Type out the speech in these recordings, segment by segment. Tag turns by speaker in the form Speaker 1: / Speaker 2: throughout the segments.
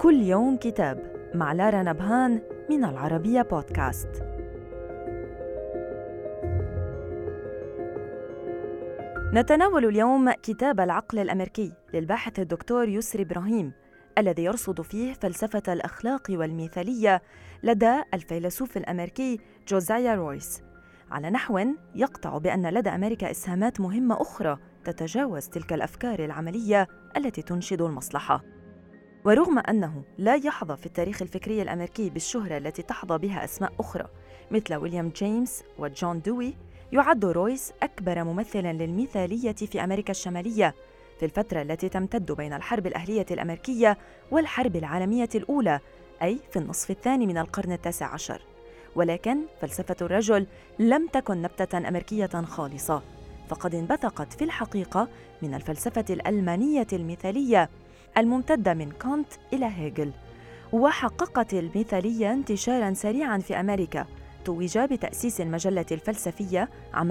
Speaker 1: كل يوم كتاب مع لارا نبهان من العربية بودكاست. نتناول اليوم كتاب العقل الأمريكي للباحث الدكتور يسري إبراهيم، الذي يرصد فيه فلسفة الأخلاق والمثالية لدى الفيلسوف الأمريكي جوزايا رويس، على نحو يقطع بأن لدى أمريكا إسهامات مهمة أخرى تتجاوز تلك الأفكار العملية التي تنشد المصلحة. ورغم أنه لا يحظى في التاريخ الفكري الأمريكي بالشهرة التي تحظى بها أسماء أخرى مثل ويليام جيمس وجون دوي، يعد رويس أكبر ممثل للمثالية في أمريكا الشمالية في الفترة التي تمتد بين الحرب الأهلية الأمريكية والحرب العالمية الأولى، أي في النصف الثاني من القرن التاسع عشر. ولكن فلسفة الرجل لم تكن نبتة أمريكية خالصة، فقد انبثقت في الحقيقة من الفلسفة الألمانية المثالية الممتدة من كانت إلى هيجل، وحققت المثالية انتشاراً سريعاً في أمريكا. توج بتأسيس المجلة الفلسفية عام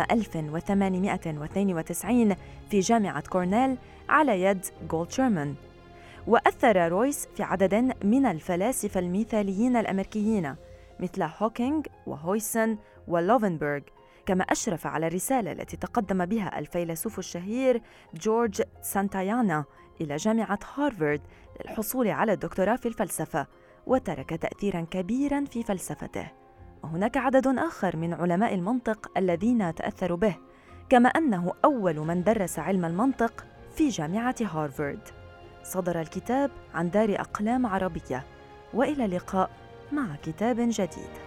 Speaker 1: 1892 في جامعة كورنيل على يد جولدشيرمان. وأثر رويس في عدد من الفلاسفة المثاليين الأمريكيين مثل هوكينغ وهويسن ولوفنبرغ، كما أشرف على الرسالة التي تقدم بها الفيلسوف الشهير جورج سانتايانا إلى جامعة هارفارد للحصول على الدكتوراه في الفلسفة، وترك تأثيراً كبيراً في فلسفته. وهناك عدد آخر من علماء المنطق الذين تأثروا به، كما أنه أول من درس علم المنطق في جامعة هارفارد. صدر الكتاب عن دار أقلام عربية، وإلى اللقاء مع كتاب جديد.